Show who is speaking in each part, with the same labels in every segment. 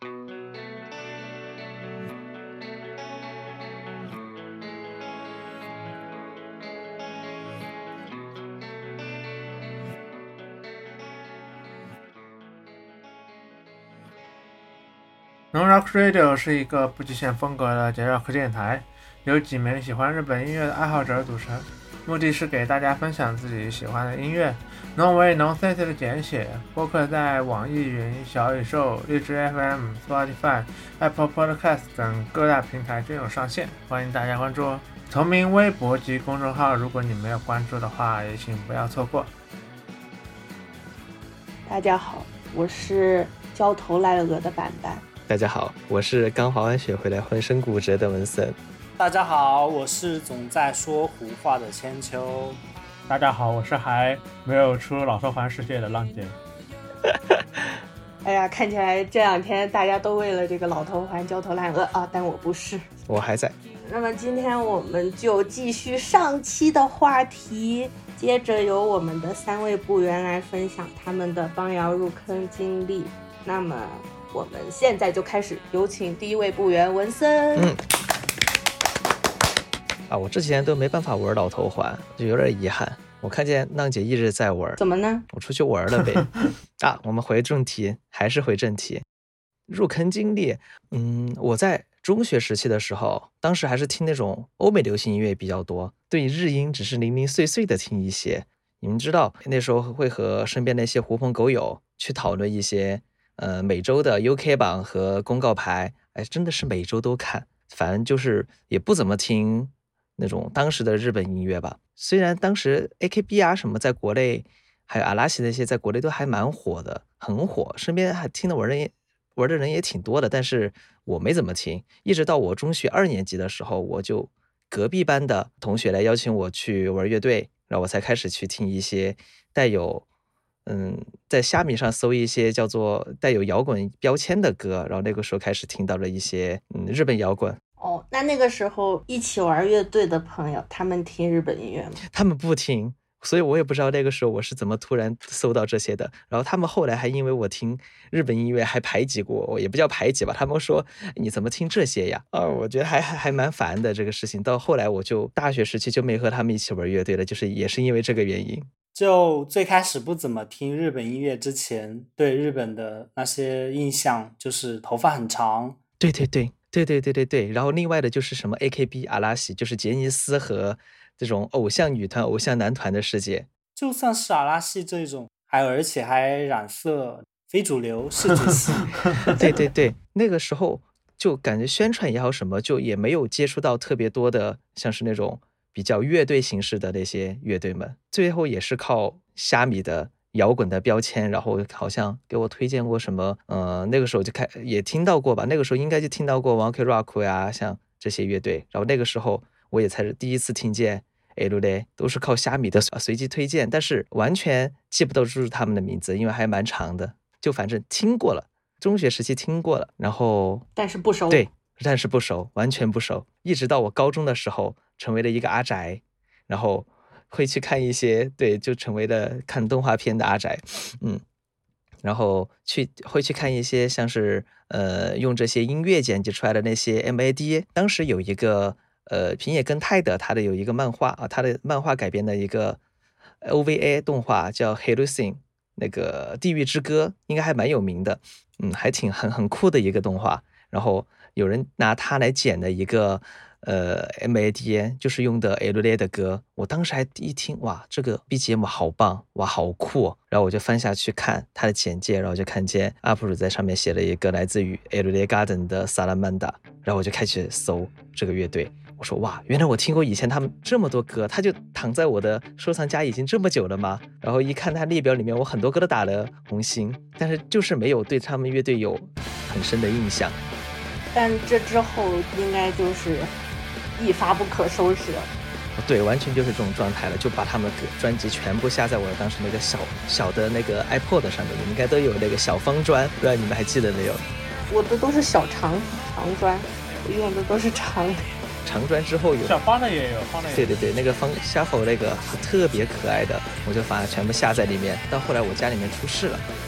Speaker 1: Non-Rock Radio 是一个不局限风格的节 rock 电台，由几名喜欢日本音乐的爱好者组成，目的是给大家分享自己喜欢的音乐。Non 为 Non-Sense 的简写。播客在网易云、小宇宙、荔枝 FM、Spotify、Apple Podcast 等各大平台均有上线，欢迎大家关注哦。同名微博及公众号，如果你没有关注的话，也请不要错过。
Speaker 2: 大家好，我是焦头烂额的板板。
Speaker 3: 大家好，我是刚滑完雪回来浑身骨折的文森。
Speaker 4: 大家好，我是总在说胡话的千秋。
Speaker 5: 大家好，我是还没有出老头环世界的浪姐。
Speaker 2: 哎呀，看起来这两天大家都为了这个老头环焦头烂额啊，但我不是，
Speaker 3: 我还在。
Speaker 2: 那么今天我们就继续上期的话题，接着由我们的3位部员来分享他们的帮摇入坑经历。那么我们现在就开始，有请第一位部员文森。
Speaker 3: 我这几天都没办法玩老头环，就有点遗憾。我看见浪姐一直在玩，
Speaker 2: 怎么呢？
Speaker 3: 我出去玩了呗。我们回正题，还是回正题。入坑经历，我在中学时期的时候，当时还是听那种欧美流行音乐比较多，对日音只是零零碎碎的听一些。你们知道，那时候会和身边那些狐朋狗友去讨论一些每周的 UK 榜和公告牌，真的是每周都看。反正就是也不怎么听那种当时的日本音乐吧。虽然当时 AKB 啊什么在国内，还有阿拉西那些在国内都还蛮火的，很火，身边还听的玩的人也挺多的，但是我没怎么听。一直到我中学2年级的时候，我就隔壁班的同学来邀请我去玩乐队，然后我才开始去听一些带有在虾米上搜一些叫做带有摇滚标签的歌，然后那个时候开始听到了一些日本摇滚。
Speaker 2: 那个时候一起玩乐队的朋友，他们听日本音乐吗？
Speaker 3: 他们不听，所以我也不知道那个时候我是怎么突然搜到这些的。然后他们后来还因为我听日本音乐还排挤过我，也不叫排挤吧，他们说你怎么听这些呀？我觉得还蛮烦的这个事情。到后来我就大学时期就没和他们一起玩乐队了，就是也是因为这个原因。
Speaker 4: 就最开始不怎么听日本音乐之前，对日本的那些印象就是头发很长。
Speaker 3: 对，然后另外的就是什么 AKB 阿拉西，就是杰尼斯和这种偶像女团偶像男团的世界。
Speaker 4: 就算是阿拉西这种，而且还染色非主流视觉系。
Speaker 3: 对，那个时候就感觉宣传也好什么，就也没有接触到特别多的像是那种比较乐队形式的那些乐队们，最后也是靠虾米的摇滚的标签，然后好像给我推荐过什么那个时候就也听到过吧，那个时候应该就听到过 One Ok Rock 呀，像这些乐队。然后那个时候我也才是第一次听见 Elule， 都是靠虾米的随机推荐，但是完全记不得住他们的名字，因为还蛮长的，就反正听过了，中学时期听过了，然后
Speaker 2: 但是不熟。
Speaker 3: 对，但是不熟，完全不熟。一直到我高中的时候成为了一个阿宅，然后会去看一些，对，就成为了看动画片的阿宅。然后会去看一些像是用这些音乐剪辑出来的那些 MAD。 当时有一个平野根太的他的有一个漫画啊，他的漫画改编的一个 OVA 动画叫 Hallucin， 那个地狱之歌，应该还蛮有名的，还很酷的一个动画。然后有人拿它来剪的一个MAD， 就是用的 Elule 的歌。我当时还一听，哇，这个 BGM 好棒，哇，好酷。然后我就翻下去看它的简介，然后就看见 UP 主在上面写了一个来自于 Elule Garden 的 Salamanda， 然后我就开始搜这个乐队。我说哇，原来我听过以前他们这么多歌，他就躺在我的收藏夹已经这么久了吗？然后一看他列表里面，我很多歌都打了红心，但是就是没有对他们乐队有很深的印象。
Speaker 2: 但这之后应该就是一发不可收拾了。
Speaker 3: 对，完全就是这种状态了，就把他们的专辑全部下在我当时那个小的那个 iPod 上面，你们应该都有那个小方砖，不知道你们还记得没有？
Speaker 2: 我的都是小长砖，我用的都是长
Speaker 3: 砖。之后有
Speaker 5: 小方的也有，
Speaker 3: 对，那个方虾否那个特别可爱的，我就把它全部下在里面。到后来我家里面出事了，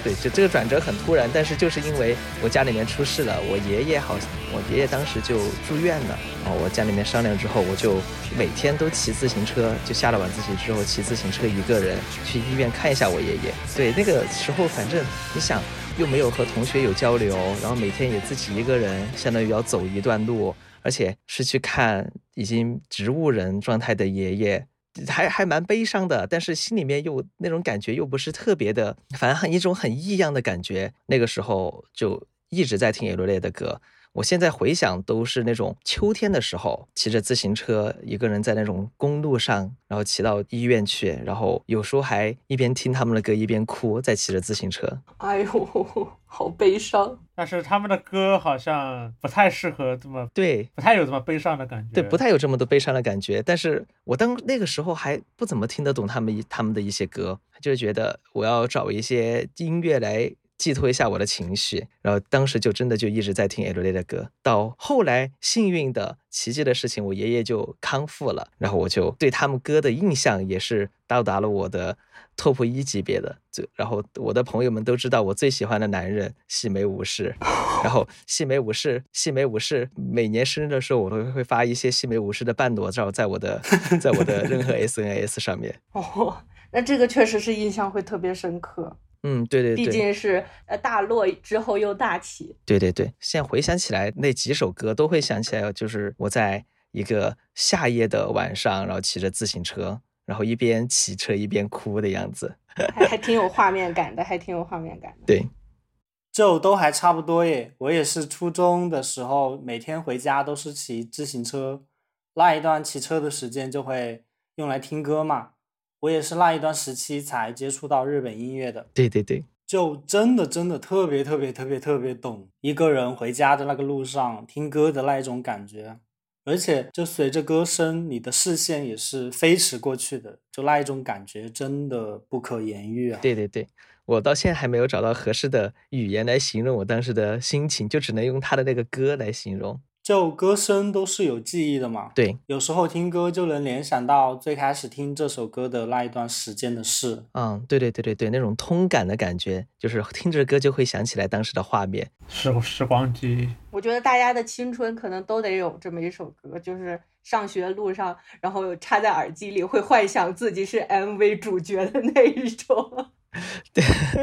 Speaker 3: 对，就这个转折很突然，但是就是因为我家里面出事了，我爷爷当时就住院了，我家里面商量之后，我就每天都骑自行车，就下了晚自习之后骑自行车一个人去医院看一下我爷爷。对，那个时候反正你想又没有和同学有交流，然后每天也自己一个人，相当于要走一段路，而且是去看已经植物人状态的爷爷，还蛮悲伤的，但是心里面又那种感觉又不是特别的，反正一种很异样的感觉。那个时候就一直在听 Elordi 的歌，我现在回想都是那种秋天的时候，骑着自行车一个人在那种公路上，然后骑到医院去，然后有时候还一边听他们的歌一边哭，再骑着自行车。
Speaker 2: 哎呦，好悲伤。
Speaker 5: 但是他们的歌好像不太适合这么，
Speaker 3: 对，
Speaker 5: 不太有这么悲伤的感觉。
Speaker 3: 对，不太有这么多悲伤的感觉。但是我那个时候还不怎么听得懂他们的一些歌，就是觉得我要找一些音乐来寄托一下我的情绪，然后当时就真的就一直在听 Elordi 的歌。到后来幸运的奇迹的事情，我爷爷就康复了，然后我就对他们歌的印象也是到达了我的 Top 1级别的。然后我的朋友们都知道我最喜欢的男人细美武士，然后细美武士每年生日的时候我都会发一些细美武士的半裸照在我的任何 SNS 上面。
Speaker 2: 哦，那这个确实是印象会特别深刻。
Speaker 3: 对对对，
Speaker 2: 毕竟是大落之后又大起。
Speaker 3: 对对对，现在回想起来那几首歌都会想起来，就是我在一个夏夜的晚上，然后骑着自行车，然后一边骑车一边哭的样子。
Speaker 2: 还挺有画面感的，还挺有画面感的。
Speaker 3: 对，
Speaker 4: 就都还差不多耶。我也是初中的时候，每天回家都是骑自行车，那一段骑车的时间就会用来听歌嘛。我也是那一段时期才接触到日本音乐的。
Speaker 3: 对对对，
Speaker 4: 就真的特别懂一个人回家的那个路上听歌的那一种感觉，而且就随着歌声你的视线也是飞驰过去的，就那一种感觉真的不可言喻啊。
Speaker 3: 对对对，我到现在还没有找到合适的语言来形容我当时的心情，就只能用他的那个歌来形容。
Speaker 4: 就歌声都是有记忆的嘛，
Speaker 3: 对，
Speaker 4: 有时候听歌就能联想到最开始听这首歌的那一段时间的事。
Speaker 3: 对对对对对，那种通感的感觉，就是听着歌就会想起来当时的画面，
Speaker 5: 时光机。
Speaker 2: 我觉得大家的青春可能都得有这么一首歌，就是上学路上，然后插在耳机里，会幻想自己是 MV 主角的那一种。
Speaker 3: 对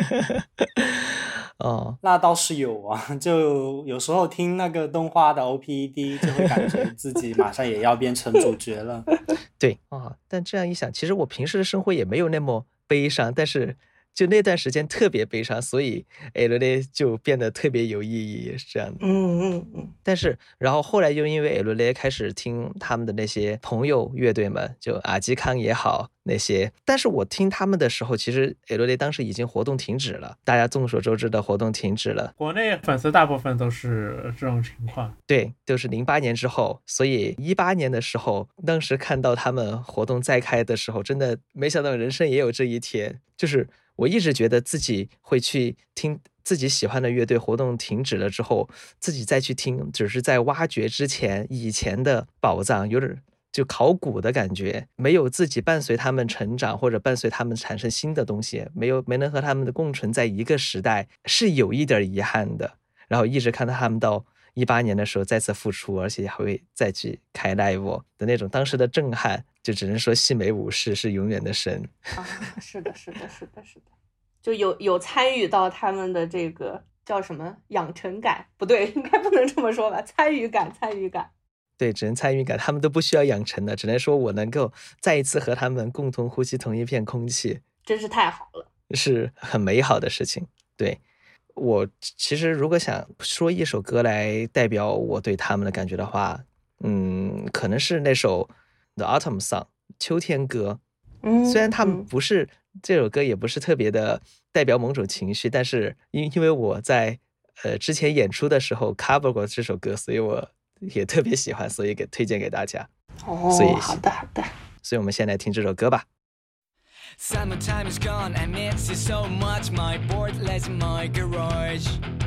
Speaker 4: 那倒是有啊，就有时候听那个动画的 OPED 就会感觉自己马上也要变成主角了。
Speaker 3: 对但这样一想，其实我平时的生活也没有那么悲伤，但是就那段时间特别悲伤，所以 Elordi 就变得特别有意义，是这样的。但是然后后来又因为 Elordi 开始听他们的那些朋友乐队们，就阿基康也好那些，但是我听他们的时候，其实 Elordi 当时已经活动停止了，大家众所周知的活动停止了。
Speaker 5: 国内粉丝大部分都是这种情况。
Speaker 3: 对，就是08年之后，所以18年的时候，当时看到他们活动再开的时候，真的没想到人生也有这一天。就是我一直觉得自己会去听自己喜欢的乐队活动停止了之后，自己再去听，只是在挖掘之前以前的宝藏，有点就考古的感觉，没有自己伴随他们成长，或者伴随他们产生新的东西，没能和他们的共存在一个时代，是有一点遗憾的。然后一直看到他们到18年的时候再次复出，而且还会再去开 live 的那种当时的震撼，就只能说细美武士是永远的神
Speaker 2: 是的，就有参与到他们的这个叫什么养成感，不对，应该不能这么说吧，参与感。
Speaker 3: 对，只能参与感，他们都不需要养成的，只能说我能够再一次和他们共同呼吸同一片空气，
Speaker 2: 真是太好了，
Speaker 3: 是很美好的事情。对，我其实如果想说一首歌来代表我对他们的感觉的话，可能是那首 The Autumn Song 秋天歌。虽然他们不是这首歌也不是特别的代表某种情绪，但是因为我在之前演出的时候 cover 过这首歌，所以我也特别喜欢，所以推荐给大家。所以
Speaker 2: 好的。
Speaker 3: 所以我们先来听这首歌吧。
Speaker 6: Summertime is gone, I miss you so much. My board lies in my garage,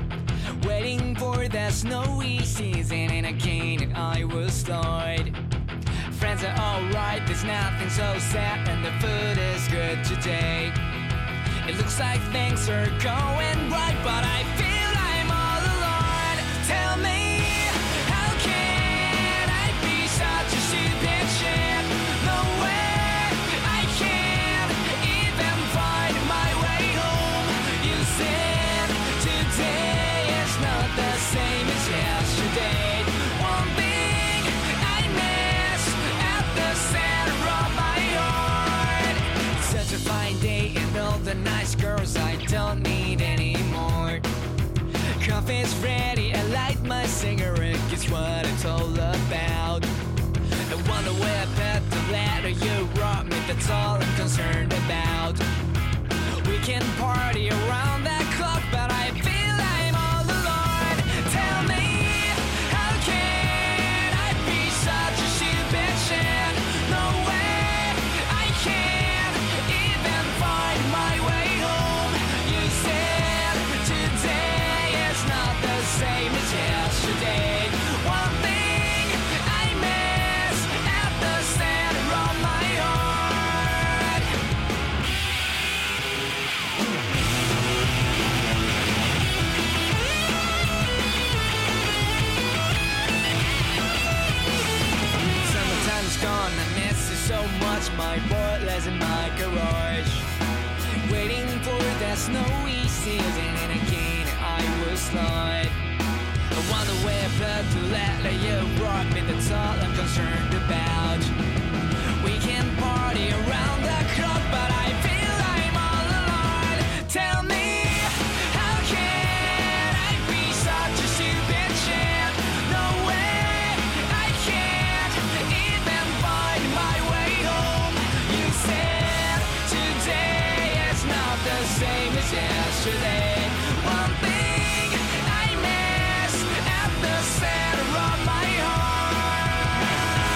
Speaker 6: waiting for the snowy season, and again I will start. Friends are alright, there's nothing so sad, and the food is good today. It looks like things are going right, but I feel I'm all alone. Tell me, how can I be such a stupid shit? No way, I can't even find my way home. You said today is not the same as yesterday. One thing I miss at the center of my heart. Such a fine day and all the nice girls I don't need anymore. Coffee's ready, I light my cigarette, guess what it's all about. I wonder where I put the letter you wrote me, that's all I'm concerned about. We can party around that clock, but I feel I'm all alone. Tell me, how can I be such a stupid shit? No way, I can't even find my way home. You said today is not the same as yesterday. One thing I miss at the center of my heart. Summertime's gone, I miss you so much. My boy lies in my garage, waiting for that snowy season, and again I was lost. I wonder where I put the letter you brought me, that's all I'm concerned about. We can party around the clock, but I feel I'm all alone. Tell me, how can I be such a stupid shit? No way, I can't even find my way home. You said today is not the same as yesterday. One thing I miss at the center of my heart.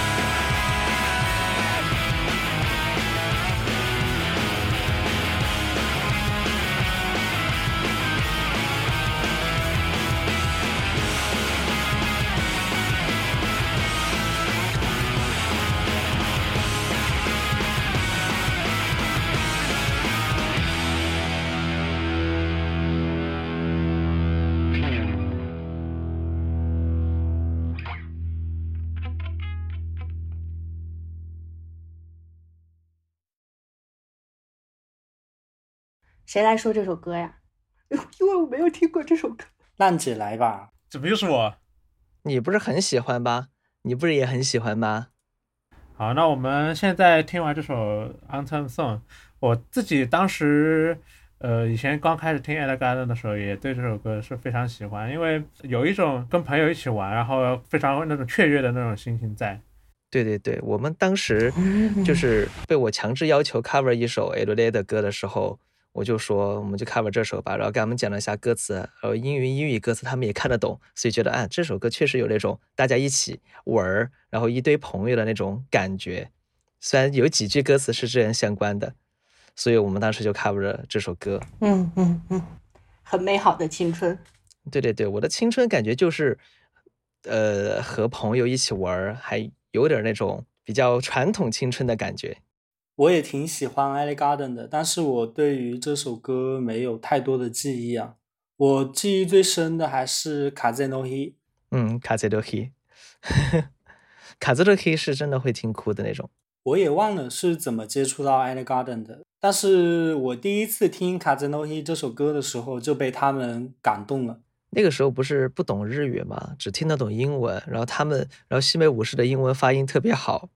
Speaker 2: 谁来说这首歌呀？因为我没有听过这首歌。
Speaker 4: 浪姐来吧。
Speaker 5: 怎么又是我？
Speaker 3: 你不是很喜欢吧？你不是也很喜欢吗？
Speaker 5: 好，那我们现在听完这首 Autumn Song， 我自己当时以前刚开始听 Ellegarden 的时候，也对这首歌是非常喜欢，因为有一种跟朋友一起玩，然后非常那种雀跃的那种心情在。
Speaker 3: 对对对，我们当时就是被我强制要求 cover 一首 Ellegarden 的歌的时候，我就说我们就 cover 这首吧，然后跟他们讲了一下歌词，英语歌词他们也看得懂，所以觉得这首歌确实有那种大家一起玩儿，然后一堆朋友的那种感觉。虽然有几句歌词是这样相关的，所以我们当时就 cover 了这首歌。
Speaker 2: 很美好的青春。
Speaker 3: 对对对，我的青春感觉就是和朋友一起玩儿，还有点那种比较传统青春的感觉。
Speaker 4: 我也挺喜欢 Ellegarden 的，但是我对于这首歌没有太多的记忆啊。我记忆最深的还是卡在诺希。
Speaker 3: 卡在诺希，卡在诺希是真的会听哭的那种。
Speaker 4: 我也忘了是怎么接触到 Ellegarden 的，但是我第一次听卡在诺希这首歌的时候就被他们感动了。
Speaker 3: 那个时候不是不懂日语嘛，只听得懂英文，然后西美武士的英文发音特别好。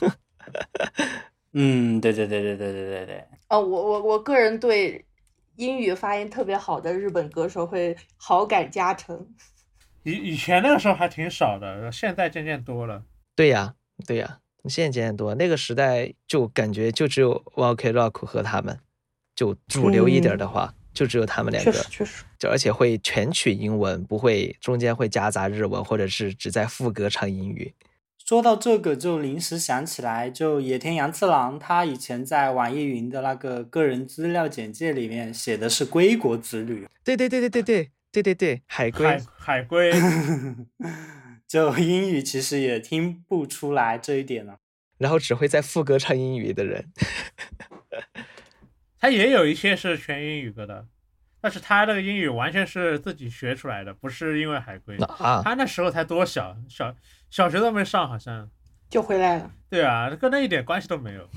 Speaker 4: 对。
Speaker 2: 我个人对英语发音特别好的日本歌手会好感加成。
Speaker 5: 以前那个时候还挺少的，现在渐渐多了。
Speaker 3: 对呀，现在渐渐多。那个时代就感觉就只有 OK Rock 和他们，就主流一点的话，就只有他们两个。
Speaker 2: 确实，
Speaker 3: 就而且会全曲英文，不会中间会夹杂日文，或者是只在副歌唱英语。
Speaker 4: 说到这个就临时想起来，就野田洋次郎他以前在网易云的那个个人资料简介里面写的是归国子女。
Speaker 3: 对，海归
Speaker 4: 就英语其实也听不出来这一点了。
Speaker 3: 然后只会在副歌唱英语的人。
Speaker 5: 他也有一些是全英语歌的，但是他这个英语完全是自己学出来的，不是因为海归。他那时候才多小学都没上，好像
Speaker 2: 就回来了。
Speaker 5: 对啊，跟那一点关系都没有。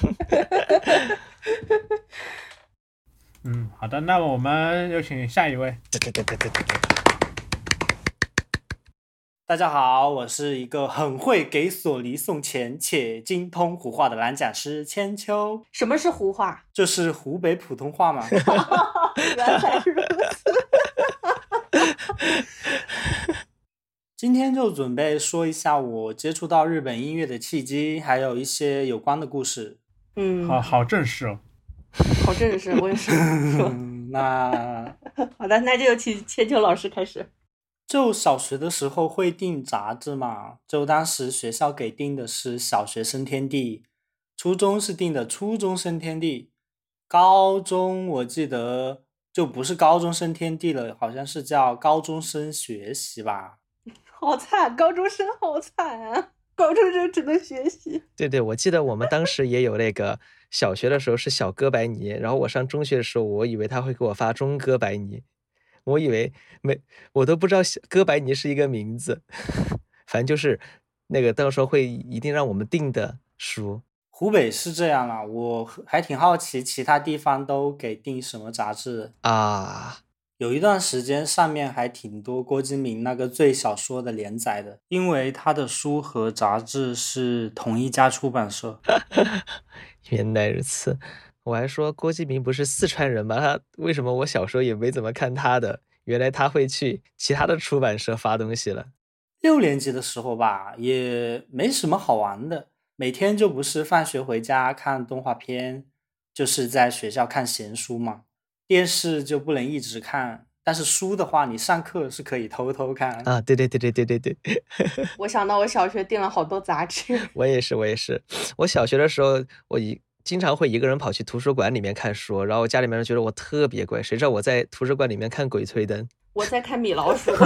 Speaker 5: 好的，那么我们有请下一位。
Speaker 4: 大家好，我是一个很会给索尼送钱且精通胡话的蓝讲师千秋。
Speaker 2: 什么是胡话？
Speaker 4: 就是湖北普通话嘛。
Speaker 2: 原来如此。
Speaker 4: 今天就准备说一下我接触到日本音乐的契机，还有一些有关的故事。
Speaker 5: 好正式哦。
Speaker 2: 好正式，我也是说。
Speaker 4: 那
Speaker 2: 好的，那就请千秋老师开始。
Speaker 4: 就小学的时候会订杂志嘛，就当时学校给订的是小学生天地，初中是订的初中生天地，高中我记得就不是高中生天地了，好像是叫高中生学习吧。
Speaker 2: 好惨，高中生好惨啊，高中生只能学习。
Speaker 3: 对，我记得我们当时也有那个小学的时候是小哥白尼，然后我上中学的时候我以为他会给我发中哥白尼，我以为我都不知道哥白尼是一个名字。反正就是那个到时候会一定让我们订的书。
Speaker 4: 湖北是这样啦，我还挺好奇其他地方都给订什么杂志
Speaker 3: 啊。
Speaker 4: 有一段时间上面还挺多郭敬明那个最小说的连载的，因为他的书和杂志是同一家出版社。
Speaker 3: 原来如此，我还说郭敬明不是四川人吗？他为什么我小时候也没怎么看他的？原来他会去其他的出版社发东西了。
Speaker 4: 6年级的时候吧，也没什么好玩的，每天就不是放学回家看动画片，就是在学校看闲书嘛。电视就不能一直看，但是书的话你上课是可以偷偷看
Speaker 3: 啊。对。
Speaker 2: 我想到我小学订了好多杂志。
Speaker 3: 我也是。我小学的时候我经常会一个人跑去图书馆里面看书，然后家里面人觉得我特别乖，谁知道我在图书馆里面看鬼吹灯。
Speaker 2: 我在看米老鼠。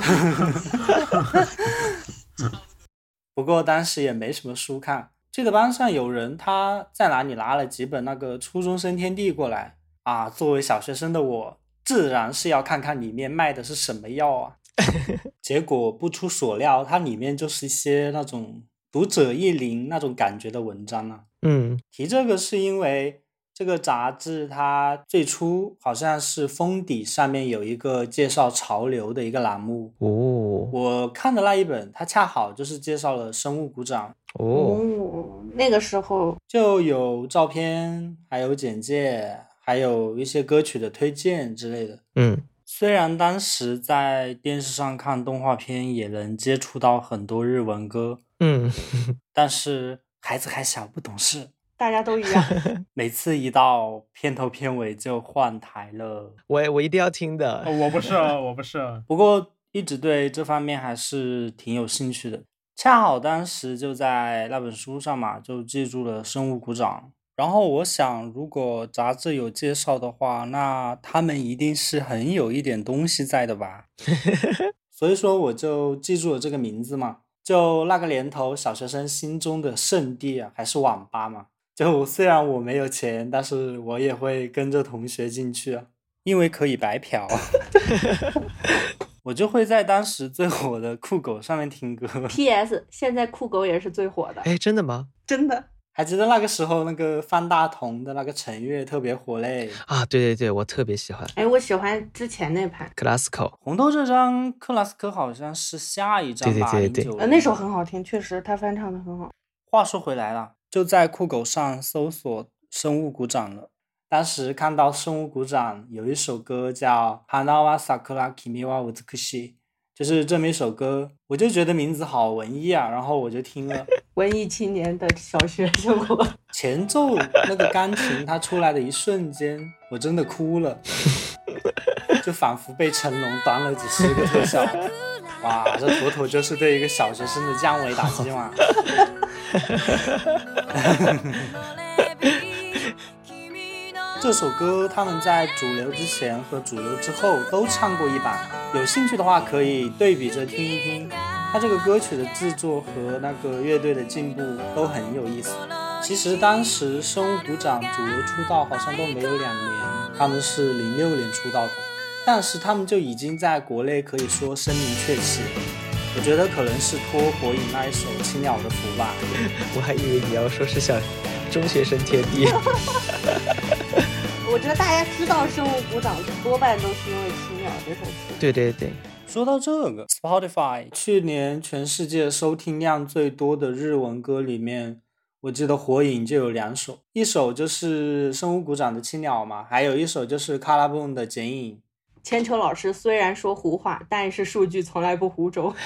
Speaker 4: 不过当时也没什么书看，记得班上有人他在哪里拿了几本那个初中生天地过来啊，作为小学生的我自然是要看看里面卖的是什么药啊。结果不出所料，它里面就是一些那种读者意林那种感觉的文章啊。提这个是因为这个杂志它最初好像是封底上面有一个介绍潮流的一个栏目我看的那一本它恰好就是介绍了生物鼓掌
Speaker 2: 那个时候
Speaker 4: 就有照片，还有简介，还有一些歌曲的推荐之类的。虽然当时在电视上看动画片也能接触到很多日文歌，但是孩子还小不懂事，
Speaker 2: 大家都一样。
Speaker 4: 每次一到片头片尾就换台了。
Speaker 3: 我一定要听的。
Speaker 5: 我不是。
Speaker 4: 不过一直对这方面还是挺有兴趣的。恰好当时就在那本书上嘛，就记住了生物鼓掌。然后我想如果杂志有介绍的话，那他们一定是很有一点东西在的吧。所以说我就记住了这个名字嘛。就那个年头小学生心中的圣地啊，还是网吧嘛。就虽然我没有钱，但是我也会跟着同学进去啊，因为可以白嫖。我就会在当时最火的酷狗上面听歌。
Speaker 2: PS 现在酷狗也是最火的。
Speaker 3: 哎，真的吗？
Speaker 2: 真的。
Speaker 4: 还记得那个时候那个方大同的那个陈乐特别火嘞
Speaker 3: 啊！对，我特别喜欢。
Speaker 2: 哎，我喜欢之前那盘
Speaker 3: Classical。
Speaker 4: 红豆这张克拉斯科好像是下一张吧。
Speaker 3: 对，
Speaker 2: 那首很好听，确实他翻唱的很好。
Speaker 4: 话说回来了，就在酷狗上搜索生物鼓掌了。当时看到生物鼓掌有一首歌叫 Hanawa Sakura Kimi wa Utsukushi， 就是这么一首歌，我就觉得名字好文艺啊，然后我就听了。
Speaker 2: 文艺青年的小学生活。
Speaker 4: 前奏那个钢琴它出来的一瞬间，我真的哭了，就仿佛被成龙端了几十个特效。哇，这妥妥就是对一个小学生的降维打击嘛。这首歌他们在主流之前和主流之后都唱过一版，有兴趣的话可以对比着听一听。他这个歌曲的制作和那个乐队的进步都很有意思。 其实当时生物股长主流出道好像都没有2年，他们是06年出道的，但是他们就已经在国内可以说声名鹊起。我觉得可能是托火影那一首《青鸟》的福吧。
Speaker 3: 我还以为你要说是像中学生天地。
Speaker 2: 我觉得大家知道生物股长多半都是因为《青鸟》这首歌。
Speaker 3: 对对对，
Speaker 4: 说到这个 Spotify 去年全世界收听量最多的日文歌里面，我记得火影就有2首，一首就是生物股长的青鸟嘛，还有一首就是卡拉蹦的剪影。
Speaker 2: 千秋老师虽然说胡话，但是数据从来不胡诌。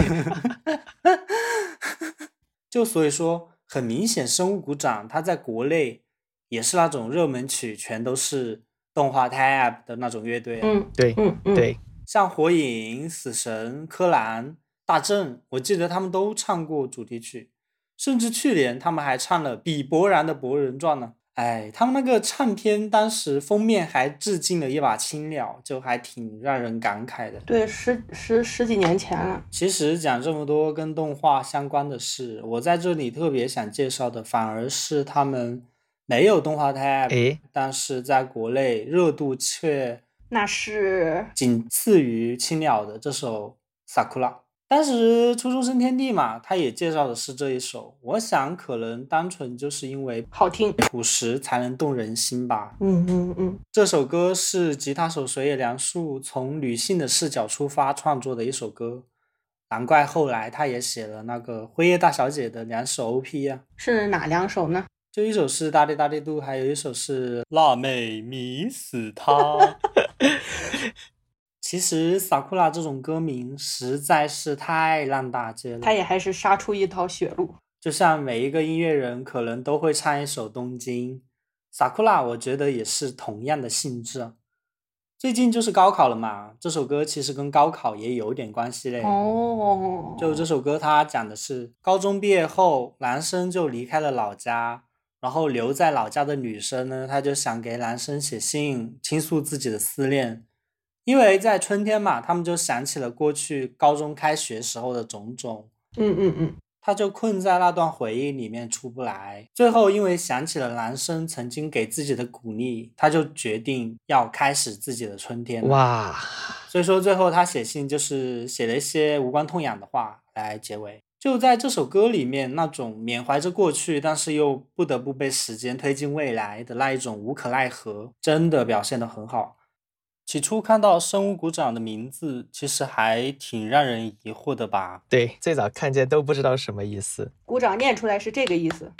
Speaker 4: 就所以说很明显生物股长它在国内也是那种热门曲全都是动画 tab 的那种乐队。
Speaker 3: 对对，
Speaker 4: 像火影、死神、柯南、大正，我记得他们都唱过主题曲，甚至去年他们还唱了比伯然的《博人传》呢。哎，他们那个唱片当时封面还致敬了一把青鸟，就还挺让人感慨的。
Speaker 2: 对，十几年前了。
Speaker 4: 其实讲这么多跟动画相关的事，我在这里特别想介绍的反而是他们没有动画 tab， 但是在国内热度却
Speaker 2: 那是
Speaker 4: 仅次于青鸟的这首 Sakura。当时初中生天地嘛，他也介绍的是这一首，我想可能单纯就是因为
Speaker 2: 好听
Speaker 4: 朴实才能动人心吧。
Speaker 2: 这
Speaker 4: 首歌是吉他手水野良树从女性的视角出发创作的一首歌，难怪后来他也写了那个辉夜大小姐的2首 OP 啊。
Speaker 2: 是哪2首呢？
Speaker 4: 就一首是大地大地度，还有一首是辣妹迷死他。其实 Sakura 这种歌名实在是太烂大街了，
Speaker 2: 他也还是杀出一条血路。
Speaker 4: 就像每一个音乐人可能都会唱一首东京， Sakura 我觉得也是同样的性质。最近就是高考了嘛，这首歌其实跟高考也有点关系嘞。就这首歌它讲的是高中毕业后男生就离开了老家，然后留在老家的女生呢，她就想给男生写信倾诉自己的思念。因为在春天嘛，他们就想起了过去高中开学时候的种种。他就困在那段回忆里面出不来，最后因为想起了男生曾经给自己的鼓励，他就决定要开始自己的春天。
Speaker 3: 哇！
Speaker 4: 所以说最后他写信就是写了一些无关痛痒的话来结尾。就在这首歌里面，那种缅怀着过去但是又不得不被时间推进未来的那一种无可奈何，真的表现得很好。起初看到生物股长的名字，其实还挺让人疑惑的吧？
Speaker 3: 对，最早看见都不知道什么意思。
Speaker 2: 股长念出来是这个意思。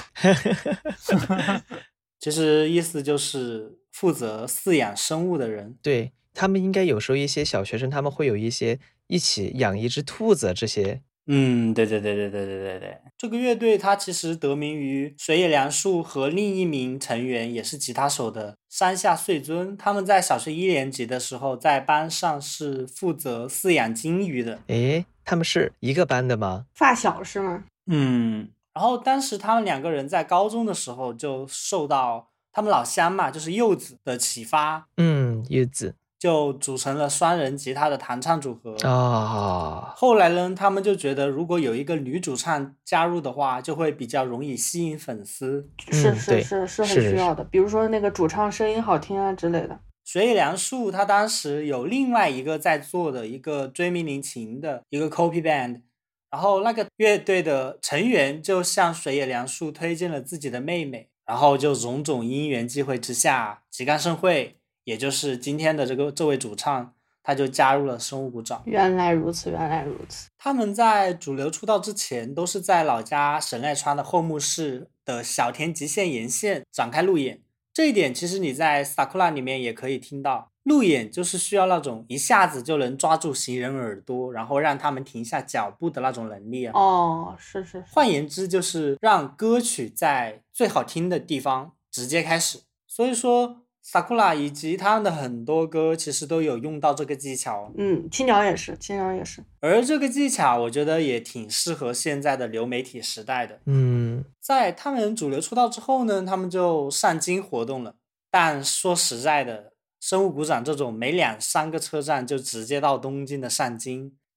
Speaker 4: 其实意思就是负责饲养生物的人。
Speaker 3: 对，他们应该有时候一些小学生他们会有一些一起养一只兔子这些。
Speaker 4: 对，这个乐队它其实得名于水野良树和另一名成员也是吉他手的山下穗尊，他们在小学1年级的时候在班上是负责饲养金鱼的。
Speaker 3: 诶，他们是一个班的吗？
Speaker 2: 发小是吗？
Speaker 4: 然后当时他们2个人在高中的时候就受到他们老乡嘛，就是柚子的启发。
Speaker 3: 柚子
Speaker 4: 就组成了双人吉他的弹唱组合。
Speaker 3: 后
Speaker 4: 来呢，他们就觉得如果有一个女主唱加入的话，就会比较容易吸引粉丝。
Speaker 2: 是很需要的，比如说那个主唱声音好听啊之类的。
Speaker 4: 水野良树他当时有另外一个在做的一个追名林檎的一个 copy band， 然后那个乐队的成员就向水野良树推荐了自己的妹妹，然后就种种因缘际会之下，吉冈盛惠也就是今天的这位主唱，他就加入了生物股长。
Speaker 2: 原来如此。
Speaker 4: 他们在主流出道之前都是在老家神奈川的后木市的小田急线沿线展开路演，这一点其实你在 Sakura 里面也可以听到，路演就是需要那种一下子就能抓住行人耳朵，然后让他们停下脚步的那种能力啊。
Speaker 2: 是。
Speaker 4: 换言之就是让歌曲在最好听的地方直接开始。所以说Sakura 以及他们的很多歌其实都有用到这个技巧。
Speaker 2: 青鸟也是。
Speaker 4: 而这个技巧我觉得也挺适合现在的流媒体时代的。在他们主流出道之后呢，他们就上京活动了。但说实在的，生物股长这种每2-3个车站就直接到东京的上京，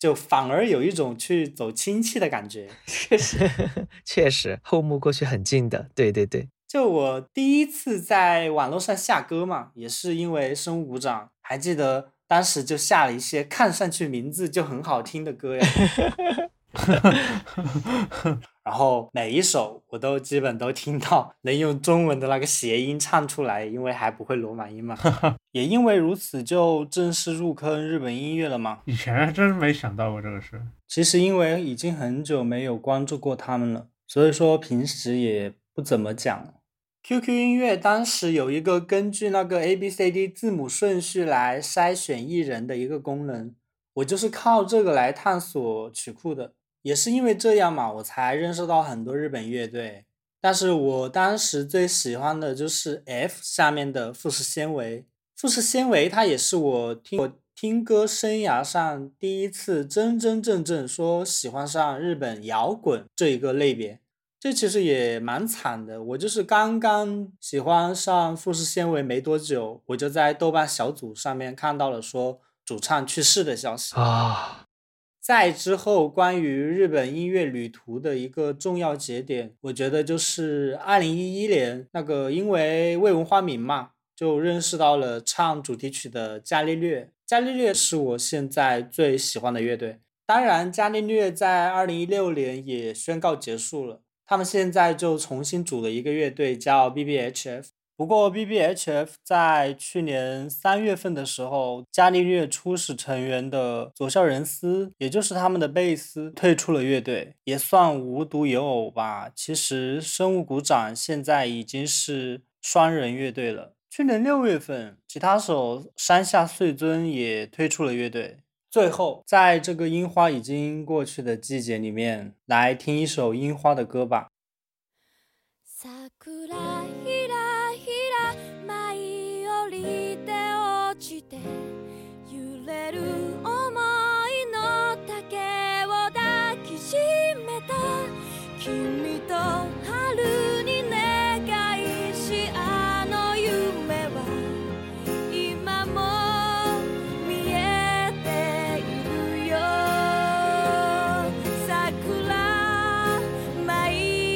Speaker 4: 就反而有一种去走亲戚的感觉。
Speaker 3: 确实后幕过去很近的，对对对。
Speaker 4: 就我第一次在网络上下歌嘛，也是因为生物鼓掌，还记得当时就下了一些看上去名字就很好听的歌呀。然后每一首我都基本都听到能用中文的那个谐音唱出来，因为还不会罗马音嘛。也因为如此就正式入坑日本音乐了嘛。
Speaker 5: 以前还真没想到过这个事。
Speaker 4: 其实因为已经很久没有关注过他们了，所以说平时也不怎么讲。QQ 音乐当时有一个根据那个 ABCD 字母顺序来筛选艺人的一个功能，我就是靠这个来探索曲库的。也是因为这样嘛，我才认识到很多日本乐队。但是我当时最喜欢的就是 F 下面的富士纤维。富士纤维它也是我听歌生涯上第一次真真正正说喜欢上日本摇滚这一个类别。这其实也蛮惨的，我就是刚刚喜欢上富士纤维没多久，我就在豆瓣小组上面看到了说主唱去世的消息
Speaker 3: 啊。
Speaker 4: 再之后关于日本音乐旅途的一个重要节点，我觉得就是2011年那个因为未闻花名嘛，就认识到了唱主题曲的伽利略。伽利略是我现在最喜欢的乐队。当然伽利略在2016年也宣告结束了，他们现在就重新组了一个乐队叫 BBHF。 不过 BBHF 在去年3月份的时候，伽利略初始成员的佐孝仁司，也就是他们的贝斯退出了乐队，也算无独有偶吧。其实生物鼓掌现在已经是双人乐队了。去年6月份吉他手山下穗尊也退出了乐队。最后在这个樱花已经过去的季节里面，来听一首樱花的歌吧。
Speaker 7: 桜舞い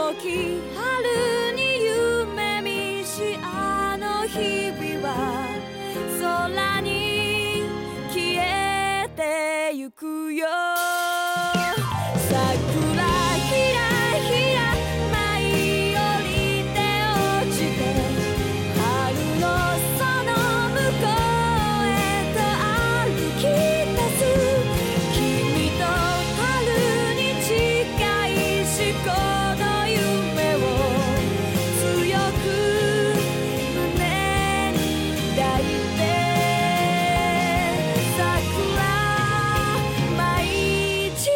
Speaker 6: 時春に夢見しあの日々は空に消えてゆくよ桜ひらひら舞い降りて落ちて春のその向こうへと歩き出す君と春に近いしこの夢を強く胸に抱いて桜舞い散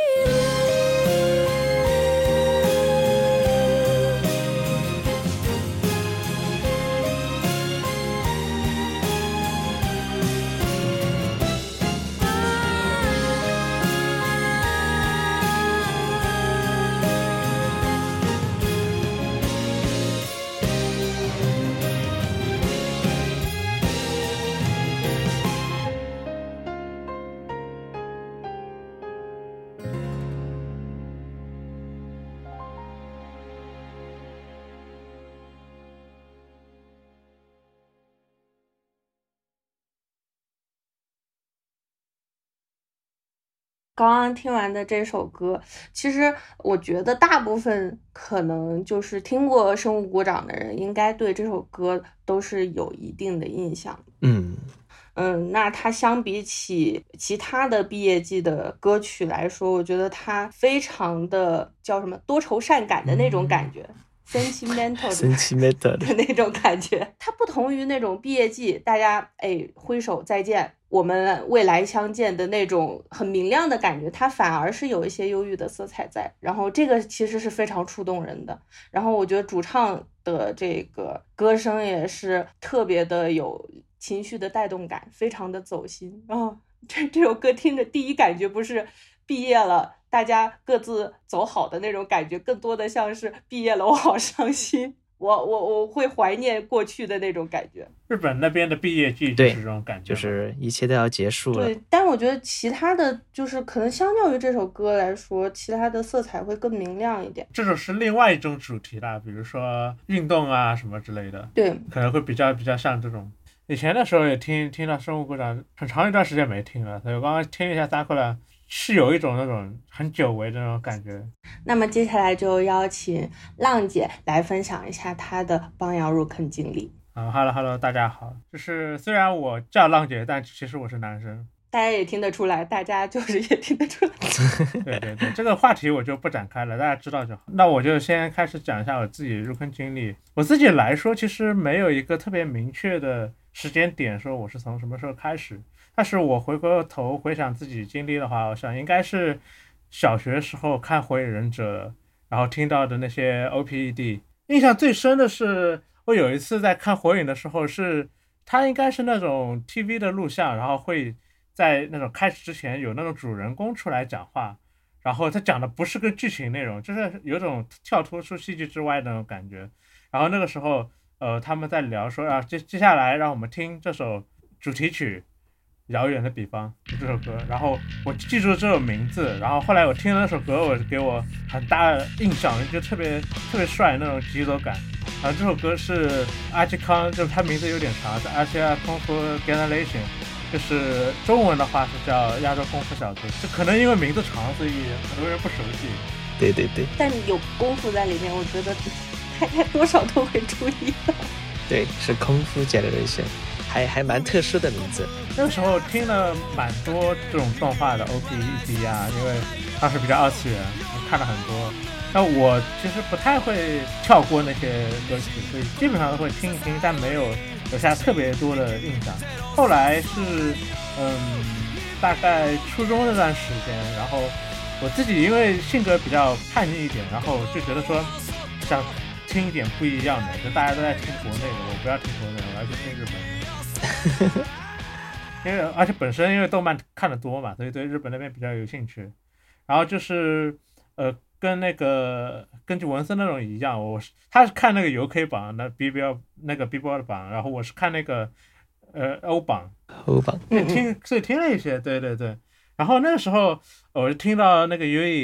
Speaker 2: 刚刚听完的这首歌，其实我觉得大部分可能就是听过《生物鼓掌》的人，应该对这首歌都是有一定的印象。那它相比起其他的毕业季的歌曲来说，我觉得它非常的叫什么多愁善感的那种感觉。sentimental 的那种感觉，它不同于那种毕业季大家挥手再见我们未来相见的那种很明亮的感觉，它反而是有一些忧郁的色彩在，然后这个其实是非常触动人的。然后我觉得主唱的这个歌声也是特别的有情绪的带动感，非常的走心。然后这首歌听着第一感觉不是毕业了大家各自走好的那种感觉，更多的像是毕业了我好伤心，我会怀念过去的那种感觉。
Speaker 5: 日本那边的毕业季就是这种感觉，
Speaker 3: 就是一切都要结束了。
Speaker 2: 对，但我觉得其他的就是可能相较于这首歌来说，其他的色彩会更明亮一点。
Speaker 5: 这种是另外一种主题啦，比如说运动啊什么之类的，
Speaker 2: 对，
Speaker 5: 可能会比较像这种。以前的时候也听到生物鼓掌，很长一段时间没听了，所以我刚刚听一下Sakura，是有一种那种很久违的那种感觉。
Speaker 2: 那么接下来就邀请浪姐来分享一下她的帮摇入坑经历。
Speaker 5: Hello， 大家好。就是虽然我叫浪姐，但其实我是男生。
Speaker 2: 大家也听得出来，大家就是也听得出来。
Speaker 5: 对，这个话题我就不展开了，大家知道就好。那我就先开始讲一下我自己入坑经历。我自己来说，其实没有一个特别明确的时间点说我是从什么时候开始，但是我回过头回想自己经历的话，我想应该是小学时候看火影忍者，然后听到的那些 OPED。印象最深的是我有一次在看火影的时候，是它应该是那种 TV 的录像，然后会在那种开始之前有那种主人公出来讲话，然后他讲的不是个剧情内容，就是有种跳脱出戏剧之外的那种感觉。然后那个时候他们在聊说啊，接下来让我们听这首主题曲遥远的彼方这首歌，然后我记住这首名字，然后后来我听了那首歌，给我很大的印象，就特别帅那种节奏感。然后这首歌是阿基康，就是他名字有点长，是阿西亚功夫 Generation， 就是中文的话是叫亚洲功夫小子，就可能因为名字长，所以很多人不熟悉。
Speaker 3: 对，
Speaker 2: 但有功夫在里面，我觉得大家多少都会注意的。
Speaker 3: 对，是功夫 Generation， 还蛮特殊的名字。
Speaker 5: 那个时候听了蛮多这种动画的 OP、ED 啊，因为当时比较二次元，我看了很多。那我其实不太会跳过那些歌曲，所以基本上都会听一听，但没有留下特别多的印象。后来是大概初中那段时间，然后我自己因为性格比较叛逆一点，然后就觉得说想听一点不一样的，就大家都在听国内的，我不要听国内的，我要去听日本的。而且本身因为动漫看得多嘛，所以对日本那边比较有兴趣。然后就是跟那个根据文森那种一样，他是看那个 UK 榜，那 Billboard 榜，然后我是看那个欧榜，所以听了一些，对。然后那个时候我就听到那个 Yui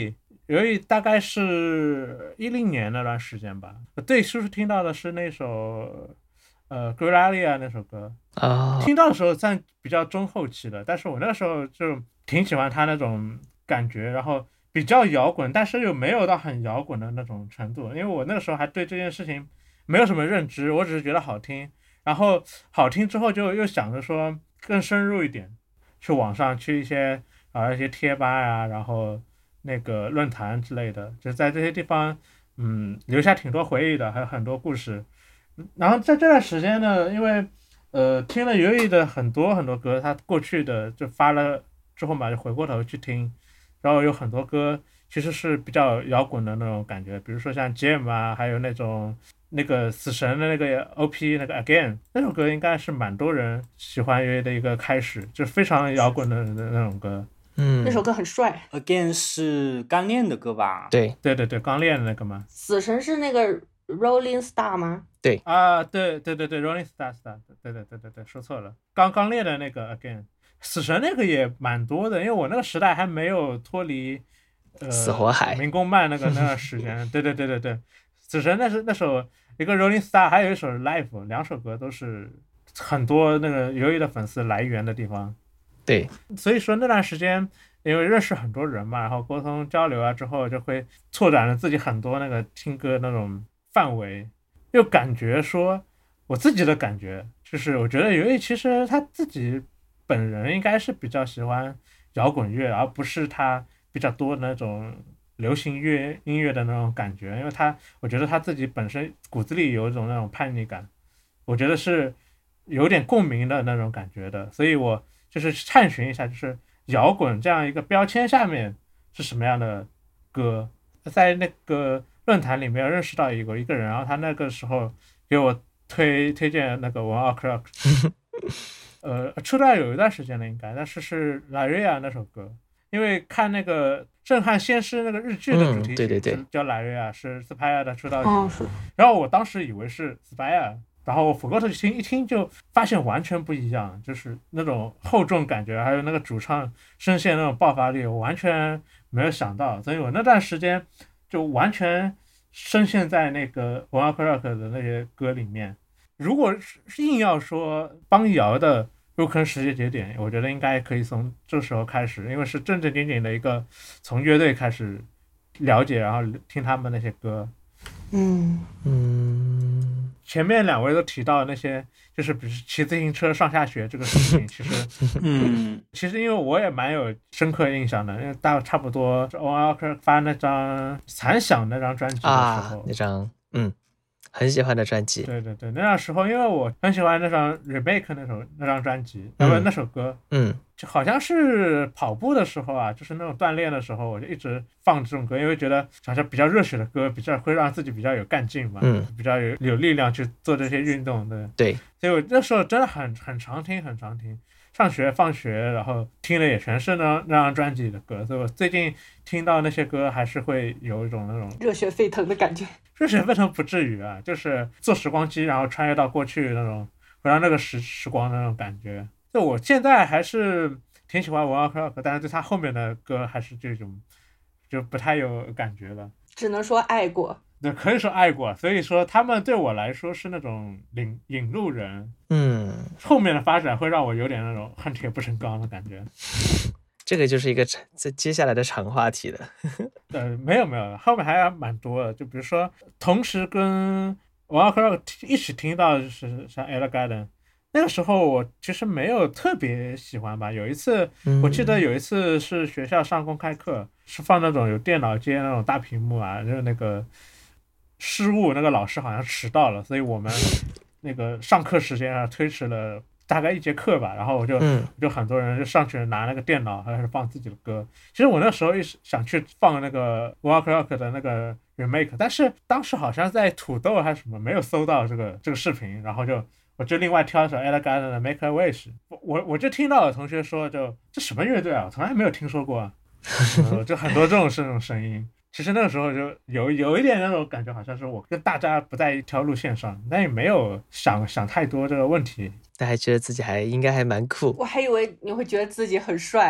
Speaker 5: 由于大概是10年那段时间吧，我最初听到的是那首Gloria 那首歌，听到的时候算比较中后期的，但是我那个时候就挺喜欢他那种感觉，然后比较摇滚，但是又没有到很摇滚的那种程度，因为我那个时候还对这件事情没有什么认知，我只是觉得好听，然后好听之后就又想着说更深入一点，去网上去一些贴吧呀，然后那个论坛之类的，就在这些地方留下挺多回忆的，还有很多故事。然后在这段时间呢，因为听了尤艺的很多很多歌，他过去的就发了之后嘛，就回过头去听，然后有很多歌其实是比较摇滚的那种感觉，比如说像 Jam 啊，还有那个死神的那个 OP 那个 Again 那首歌，应该是蛮多人喜欢尤艺的一个开始，就非常摇滚的那种歌。
Speaker 2: 那首歌很帅。
Speaker 4: Again 是刚练的歌吧？
Speaker 3: 对，
Speaker 5: 刚练的那个嘛。
Speaker 2: 死神是那个 Rolling Star 吗？
Speaker 5: 对啊，对 Rolling Star， 对，说错了，刚练的那个 Again， 死神那个也蛮多的，因为我那个时代还没有脱离
Speaker 3: 死火海
Speaker 5: 民工漫那段时间，对，死神那首一个 Rolling Star， 还有一首 Life， 两首歌都是很多那个尤艺的粉丝来源的地方。
Speaker 3: 对，
Speaker 5: 所以说那段时间因为认识很多人嘛，然后沟通交流啊之后，就会拓展了自己很多那个听歌那种范围，又感觉说我自己的感觉就是我觉得尤艺其实他自己本人应该是比较喜欢摇滚乐，而不是他比较多的那种流行音乐的那种感觉，因为我觉得他自己本身骨子里有一种那种叛逆感，我觉得是有点共鸣的那种感觉的，所以我就是探寻一下，就是摇滚这样一个标签下面是什么样的歌。在那个论坛里面认识到有一个人，然后他那个时候给我推荐那个One Ok Rock， 出道有一段时间了应该，但是 Laria 那首歌，因为看那个震撼先师那个日剧的主题曲，
Speaker 3: 对，
Speaker 5: 叫 Laria， 是 Spire 的出道曲，
Speaker 2: 是。
Speaker 5: 然后我当时以为是 Spire。然后我反过头去一听就发现完全不一样，就是那种厚重感觉，还有那个主唱声线那种爆发力，我完全没有想到，所以我那段时间就完全深陷在那个One Ok Rock的那些歌里面。如果是硬要说帮摇的入坑时间节点，我觉得应该可以从这时候开始，因为是正正经经的一个从乐队开始了解，然后听他们那些歌。前面两位都提到那些，就是比如骑自行车上下学这个事情，其实因为我也蛮有深刻印象的，因为差不多One Ok发那张残响那张专辑的时候，
Speaker 3: 那张很喜欢的专辑。
Speaker 5: 对，那张时候因为我很喜欢那张 Remake 那张专辑，那首歌，就好像是跑步的时候啊，就是那种锻炼的时候，我就一直放这种歌，因为觉得好像比较热血的歌，比较会让自己比较有干劲嘛，比较有力量去做这些运动的。
Speaker 3: 对，
Speaker 5: 所以我那时候真的很常听，上学放学，然后听的也全是那张专辑的歌，所以我最近听到那些歌还是会有一种那种
Speaker 2: 热血沸腾的感觉。
Speaker 5: 热血沸腾不至于啊，就是坐时光机然后穿越到过去那种，回到那个时光的那种感觉。就我现在还是挺喜欢One Ok Rock，但是对他后面的歌还是这种就不太有感觉了，
Speaker 2: 只能说爱过。
Speaker 5: 对，可以说爱过，所以说他们对我来说是那种引路人。后面的发展会让我有点那种恨铁不成钢的感觉。
Speaker 3: 这个就是一个接下来的长话题了。
Speaker 5: 没有，后面还蛮多的，就比如说同时跟One Ok Rock一起听到就是像 Ellegarden， 那个时候我其实没有特别喜欢吧。有一次我记得有一次是学校上公开课，是放那种有电脑接那种大屏幕啊，就是那个失误，那个老师好像迟到了，所以我们那个上课时间推迟了大概1节课吧，然后我就很多人就上去拿那个电脑开始放自己的歌。其实我那时候一直想去放那个 One Ok Rock 的那个 remake， 但是当时好像在土豆还是什么没有搜到这个视频，然后我就另外挑一首 Ellegarden 的 Make a Wish， 我就听到有同学说这什么乐队啊，我从来没有听说过啊。就很多这种声音。其实那个时候就有一点那种感觉，好像是我跟大家不在一条路线上，但也没有想太多这个问题。
Speaker 3: 但还觉得自己应该还蛮酷。
Speaker 2: 我还以为你会觉得自己很帅。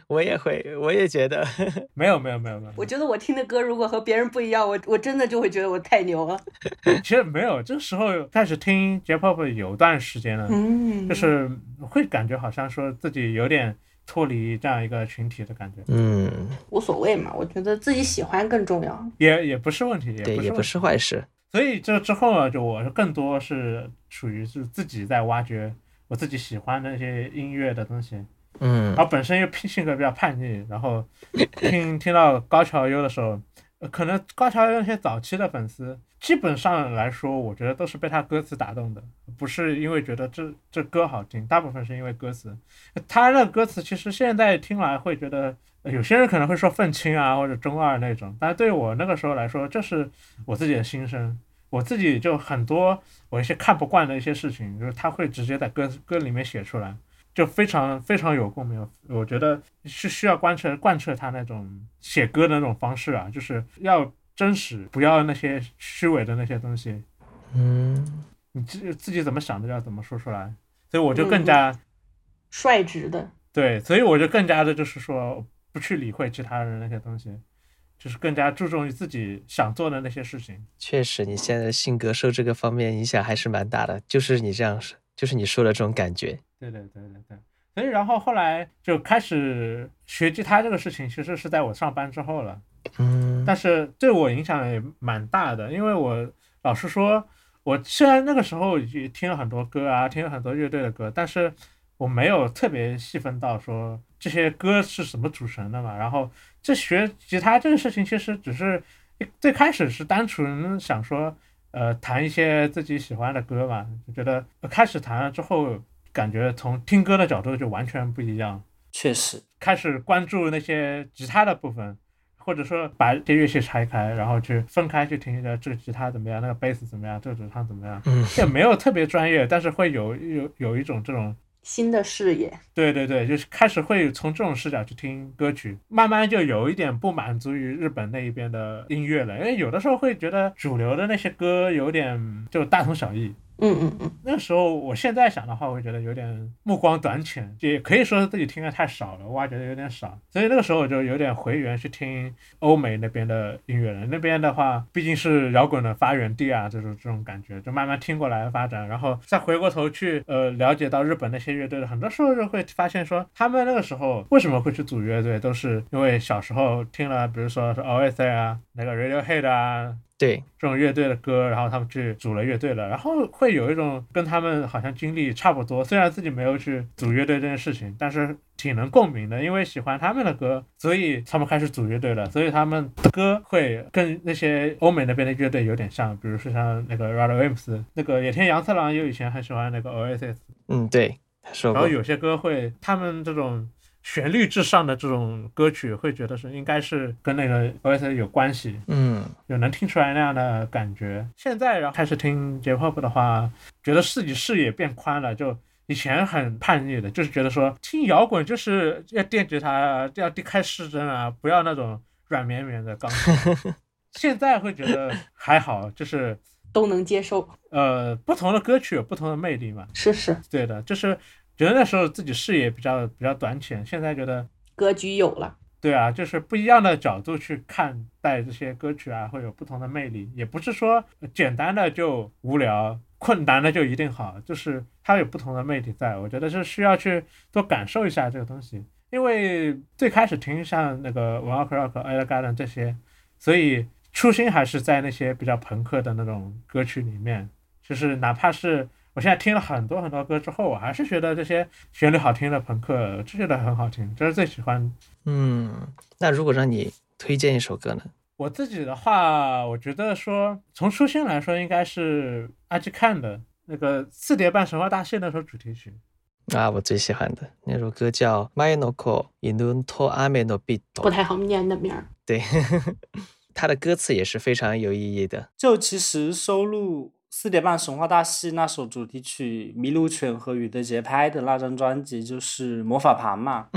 Speaker 3: 我也会，我也觉得
Speaker 5: 没有，
Speaker 2: 我觉得我听的歌如果和别人不一样，我真的就会觉得我太牛了。
Speaker 5: 其实没有，这个时候开始听 J-pop 有段时间了，就是会感觉好像说自己有点脱离这样一个群体的感觉。
Speaker 2: 无所谓嘛，我觉得自己喜欢更重要。
Speaker 5: 也不是问题，
Speaker 3: 对，也不是坏事。
Speaker 5: 所以这之后呢，就我更多是属于是自己在挖掘我自己喜欢的那些音乐的东西。然后本身又性格比较叛逆，然后听到高桥优的时候，可能高桥优那些早期的粉丝，基本上来说，我觉得都是被他歌词打动的，不是因为觉得这歌好听，大部分是因为歌词。他的歌词其实现在听来会觉得，有些人可能会说愤青啊或者中二那种，但对我那个时候来说，这是我自己的心声。我自己就很多我一些看不惯的一些事情，就是他会直接在歌里面写出来。就非常非常有共鸣，我觉得是需要贯彻他那种写歌的那种方式啊，就是要真实，不要那些虚伪的那些东西。你自己怎么想的要怎么说出来，所以我就更加
Speaker 2: 率直的。
Speaker 5: 对，所以我就更加的就是说不去理会其他人那些东西，就是更加注重于自己想做的那些事情。
Speaker 3: 确实，你现在的性格受这个方面影响还是蛮大的，就是你这样，就是你说的这种感觉。
Speaker 5: 对，所以然后后来就开始学吉他这个事情，其实是在我上班之后了。但是对我影响也蛮大的，因为我老实说，我虽然那个时候也听了很多歌啊，听了很多乐队的歌，但是我没有特别细分到说这些歌是什么组成的嘛。然后这学吉他这个事情，其实只是最开始是单纯想说，弹一些自己喜欢的歌嘛，就觉得开始弹了之后，感觉从听歌的角度就完全不一样。
Speaker 4: 确实，
Speaker 5: 开始关注那些吉他的部分，或者说把这乐器拆开，然后去分开去听一下这个吉他怎么样，那个贝斯怎么样，这个主唱怎么样。也没有特别专业，但是会有一种这种
Speaker 2: 新的视野。
Speaker 5: 对，就是开始会从这种视角去听歌曲，慢慢就有一点不满足于日本那一边的音乐了，因为有的时候会觉得主流的那些歌有点就大同小异。那个时候我现在想的话，我会觉得有点目光短浅，也可以说是自己听的太少了，挖掘的有点少，所以那个时候我就有点回源去听欧美那边的音乐了。那边的话毕竟是摇滚的发源地啊，这种感觉就慢慢听过来发展，然后再回过头去了解到日本那些乐队的，很多时候就会发现说他们那个时候为什么会去组乐队，都是因为小时候听了比如说是 OSI 啊，那个 Radiohead 啊，
Speaker 3: 对，
Speaker 5: 这种乐队的歌，然后他们去组了乐队了，然后会有一种跟他们好像经历差不多，虽然自己没有去组乐队这件事情，但是挺能共鸣的，因为喜欢他们的歌，所以他们开始组乐队了，所以他们的歌会跟那些欧美那边的乐队有点像，比如说像那个 RADWIMPS， 那个野田洋次郎以前很喜欢那个 Oasis，
Speaker 3: 对，说过。
Speaker 5: 然后有些歌会他们这种旋律至上的这种歌曲，会觉得是应该是跟那个 OST 有关系，有能听出来那样的感觉。现在然后开始听 J-pop 的话，觉得自己视野变宽了，就以前很叛逆的，就是觉得说听摇滚就是要电吉他，要开失真啊，不要那种软绵绵的钢琴。现在会觉得还好，就是
Speaker 2: 都能接受。
Speaker 5: 不同的歌曲有不同的魅力嘛。
Speaker 2: 是，
Speaker 5: 对的，就是觉得那时候自己视野比较短浅，现在觉得
Speaker 2: 格局有了。
Speaker 5: 对啊，就是不一样的角度去看待这些歌曲啊，会有不同的魅力。也不是说简单的就无聊，困难的就一定好，就是它有不同的魅力在。我觉得是需要去多感受一下这个东西。因为最开始听像那个 One Ok Rock、Ella Garden 这些，所以初心还是在那些比较朋克的那种歌曲里面。就是哪怕是我现在听了很多歌之后，我还是觉得这些旋律好听的朋克就觉得很好听，这是最喜欢。
Speaker 3: 那如果让你推荐一首歌呢？
Speaker 5: 我自己的话，我觉得说从初心来说，应该是阿基看的那个4点半神话大戏那首主题曲
Speaker 3: 啊，我最喜欢的那首歌叫《前の子犬と雨のビット》，
Speaker 2: 不太好念的名儿。
Speaker 3: 对，它的歌词也是非常有意义的。
Speaker 4: 就其实收录4点半神话大戏那首主题曲《麋鹿犬和雨的节拍》的那张专辑就是魔法盘嘛。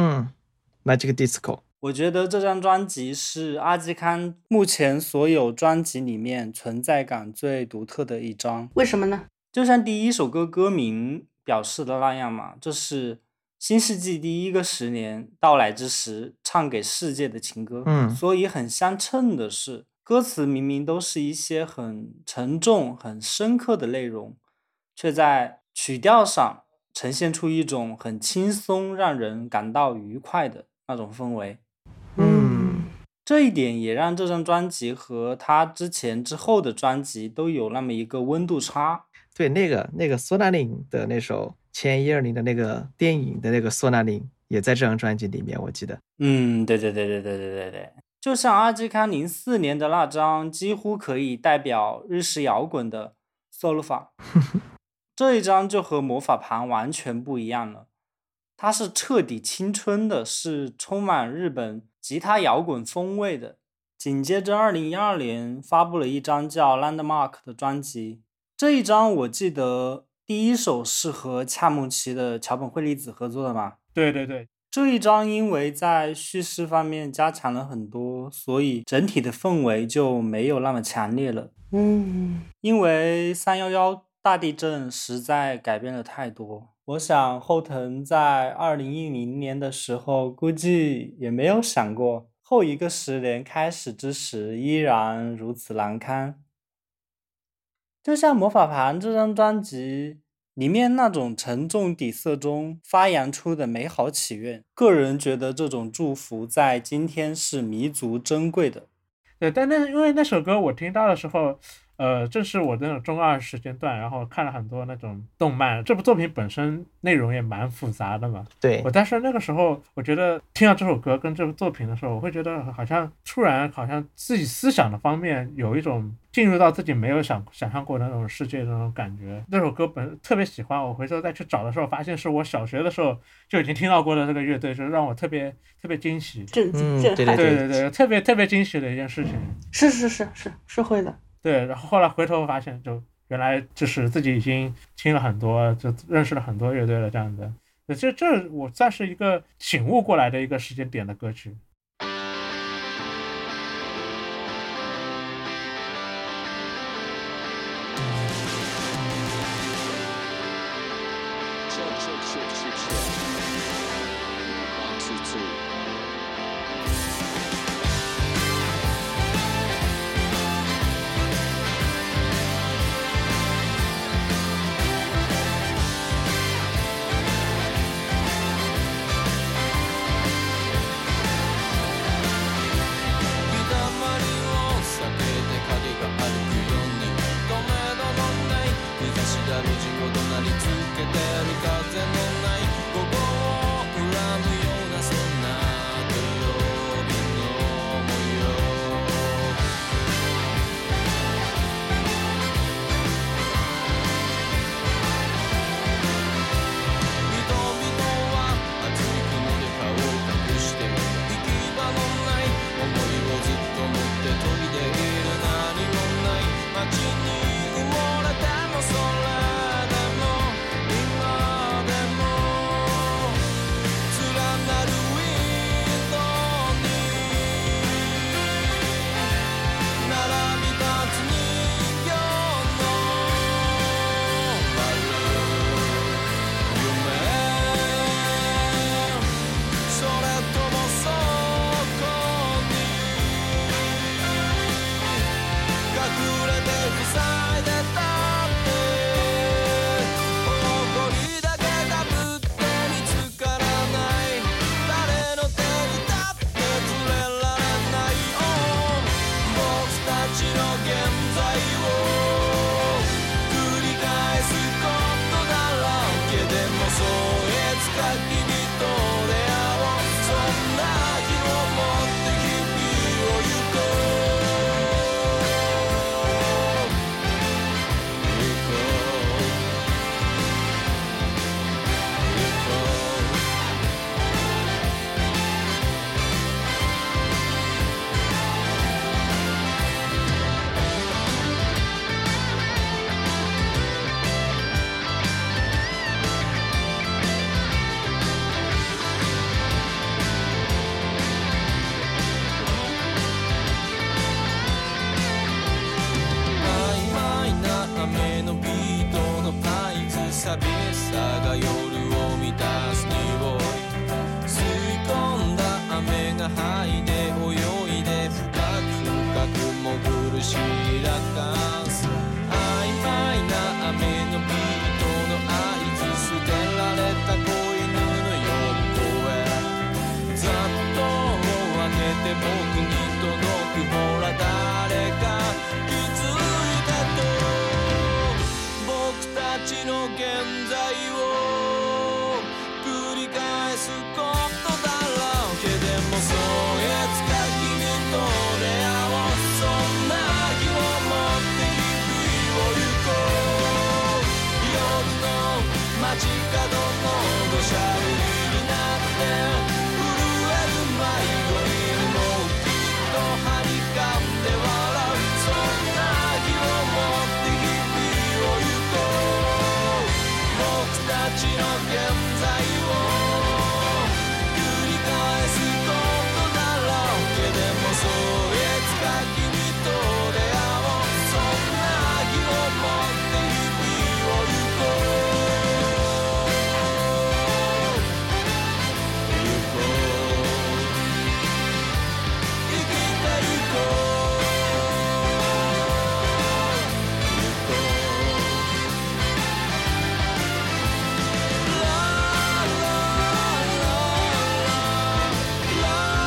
Speaker 3: Magic Disco。
Speaker 4: 我觉得这张专辑是阿基康目前所有专辑里面存在感最独特的一张。
Speaker 2: 为什么呢？
Speaker 4: 就像第一首歌歌名表示的那样嘛，这是新世纪第一个10年到来之时唱给世界的情歌。所以很相称的是，歌词明明都是一些很沉重很深刻的内容，却在曲调上呈现出一种很轻松让人感到愉快的那种氛围。这一点也让这张专辑和他之前之后的专辑都有那么一个温度差。
Speaker 3: 对，那个索纳林的那首前120的那个电影的那个索纳林也在这张专辑里面，我记得。
Speaker 4: 对，就像阿基康04年的那张几乎可以代表日式摇滚的 Solo 法这一张就和魔法盘完全不一样了，它是彻底青春的，是充满日本吉他摇滚风味的。紧接着2012年发布了一张叫 Landmark 的专辑，这一张我记得第一首是和恰木奇的桥本惠梨子合作的嘛。
Speaker 5: 对，
Speaker 4: 这一张因为在叙事方面加强了很多，所以整体的氛围就没有那么强烈了。因为311大地震实在改变了太多，我想后藤在2010年的时候估计也没有想过后一个10年开始之时依然如此难堪。就像魔法盘这张专辑里面那种沉重底色中发扬出的美好祈愿，个人觉得这种祝福在今天是弥足珍贵的。
Speaker 5: 对，但因为那首歌我听到的时候正是我那种中二时间段，然后看了很多那种动漫，这部作品本身内容也蛮复杂的嘛。
Speaker 3: 对，
Speaker 5: 但是那个时候我觉得听到这首歌跟这部作品的时候，我会觉得好像突然好像自己思想的方面有一种进入到自己没有想象过的那种世界的那种感觉。那首歌特别喜欢，我回头再去找的时候发现是我小学的时候就已经听到过的这个乐队，就让我特别惊喜，
Speaker 2: 震撼。
Speaker 5: 对，特别惊喜的一件事情。
Speaker 2: 是会的。
Speaker 5: 对，然后后来回头发现，就原来就是自己已经听了很多，就认识了很多乐队了，这样子。这我算是一个醒悟过来的一个时间点的歌曲。
Speaker 6: 寂しさが夜を満たす匂い吸い込んだ雨が吐いて泳いで深く深く潜るシーラカンス曖昧な雨のビートの合図捨てられた子犬の横へざっとを開けて僕に届くほら誰か気づいたと僕たちの現在を繰り返すことだらけでもそういつか君と出会おうそんな日を持って日々を行こう夜の街角の土砂降りになって震える迷子犬もきっと張り噛んで笑うそんな日を持って日々を行こう僕たちの現在を繰り返すことだらけでもそういつか君と出会おうそんな日を持って日々を行こう行こう生きて行こう行こうララララ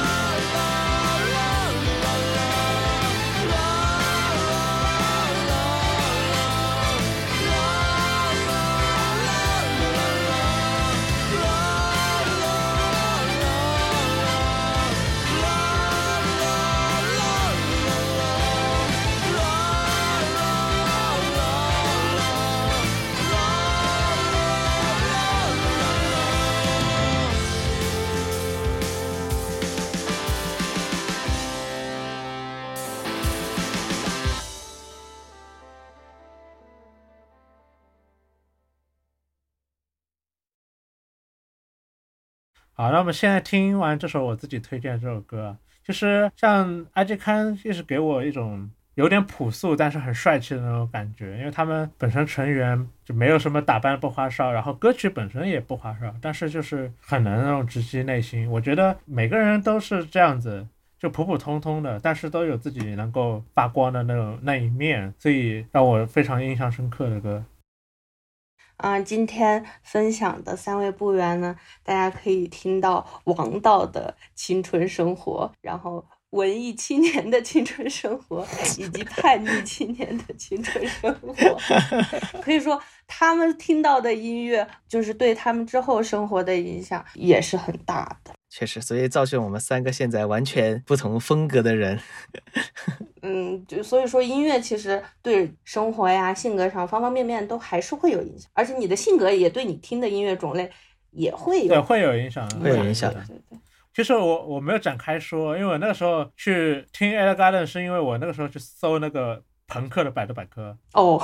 Speaker 5: 好，那我们现在听完这首我自己推荐这首歌，就是像 IG 刊一直给我一种有点朴素但是很帅气的那种感觉，因为他们本身成员就没有什么打扮不花哨，然后歌曲本身也不花哨，但是就是很能那种直击内心。我觉得每个人都是这样子，就普普通通的，但是都有自己能够发光的那一面，所以让我非常印象深刻的歌。
Speaker 2: 今天分享的三位部员呢，大家可以听到王道的青春生活，然后文艺青年的青春生活，以及叛逆青年的青春生活。可以说他们听到的音乐就是对他们之后生活的影响也是很大的。
Speaker 3: 确实，所以造就我们三个现在完全不同风格的人。
Speaker 2: 所以说音乐其实对生活呀、性格上方方面面都还是会有影响，而且你的性格也对你听的音乐种类也会有，
Speaker 5: 对，会有影响，
Speaker 3: 会有影响。
Speaker 2: 对。
Speaker 5: 其实我没有展开说，因为我那个时候去听 ELLEGARDEN 是因为我那个时候去搜那个朋克的百度百科。
Speaker 2: 哦，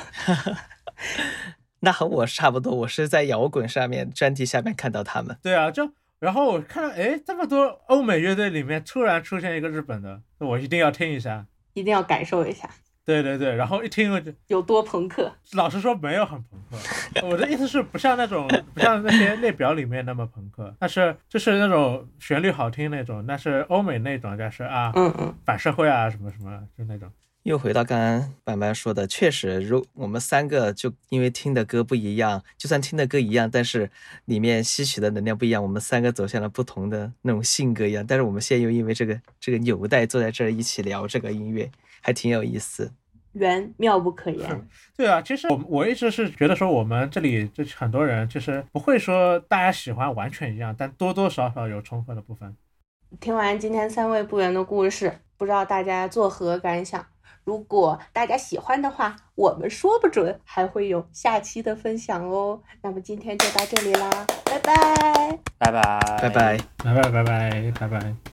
Speaker 3: 那和我差不多，我是在摇滚上面专题下面看到他们。
Speaker 5: 对啊，然后我看到这么多欧美乐队里面突然出现一个日本的，我一定要听一下，
Speaker 2: 一定要感受一下。
Speaker 5: 对，然后一听我就
Speaker 2: 有多朋克。
Speaker 5: 老实说没有很朋克，我的意思是不像那些列表里面那么朋克，但是就是那种旋律好听那种，那是欧美那种，就是反社会啊什么什么，就那种。
Speaker 3: 又回到刚刚板板说的，确实我们三个就因为听的歌不一样，就算听的歌一样，但是里面吸取的能量不一样，我们三个走向了不同的那种性格一样，但是我们现在又因为这个纽带坐在这儿一起聊这个音乐，还挺有意思，
Speaker 2: 妙不可言。
Speaker 5: 对啊，其实我一直是觉得说我们这里就很多人其实不会说大家喜欢完全一样，但多多少少有重合的部分。
Speaker 2: 听完今天三位部员的故事，不知道大家作何感想？如果大家喜欢的话，我们说不准还会有下期的分享哦。那么今天就到这里啦，拜拜，
Speaker 4: 拜拜，
Speaker 3: 拜拜，
Speaker 5: 拜拜。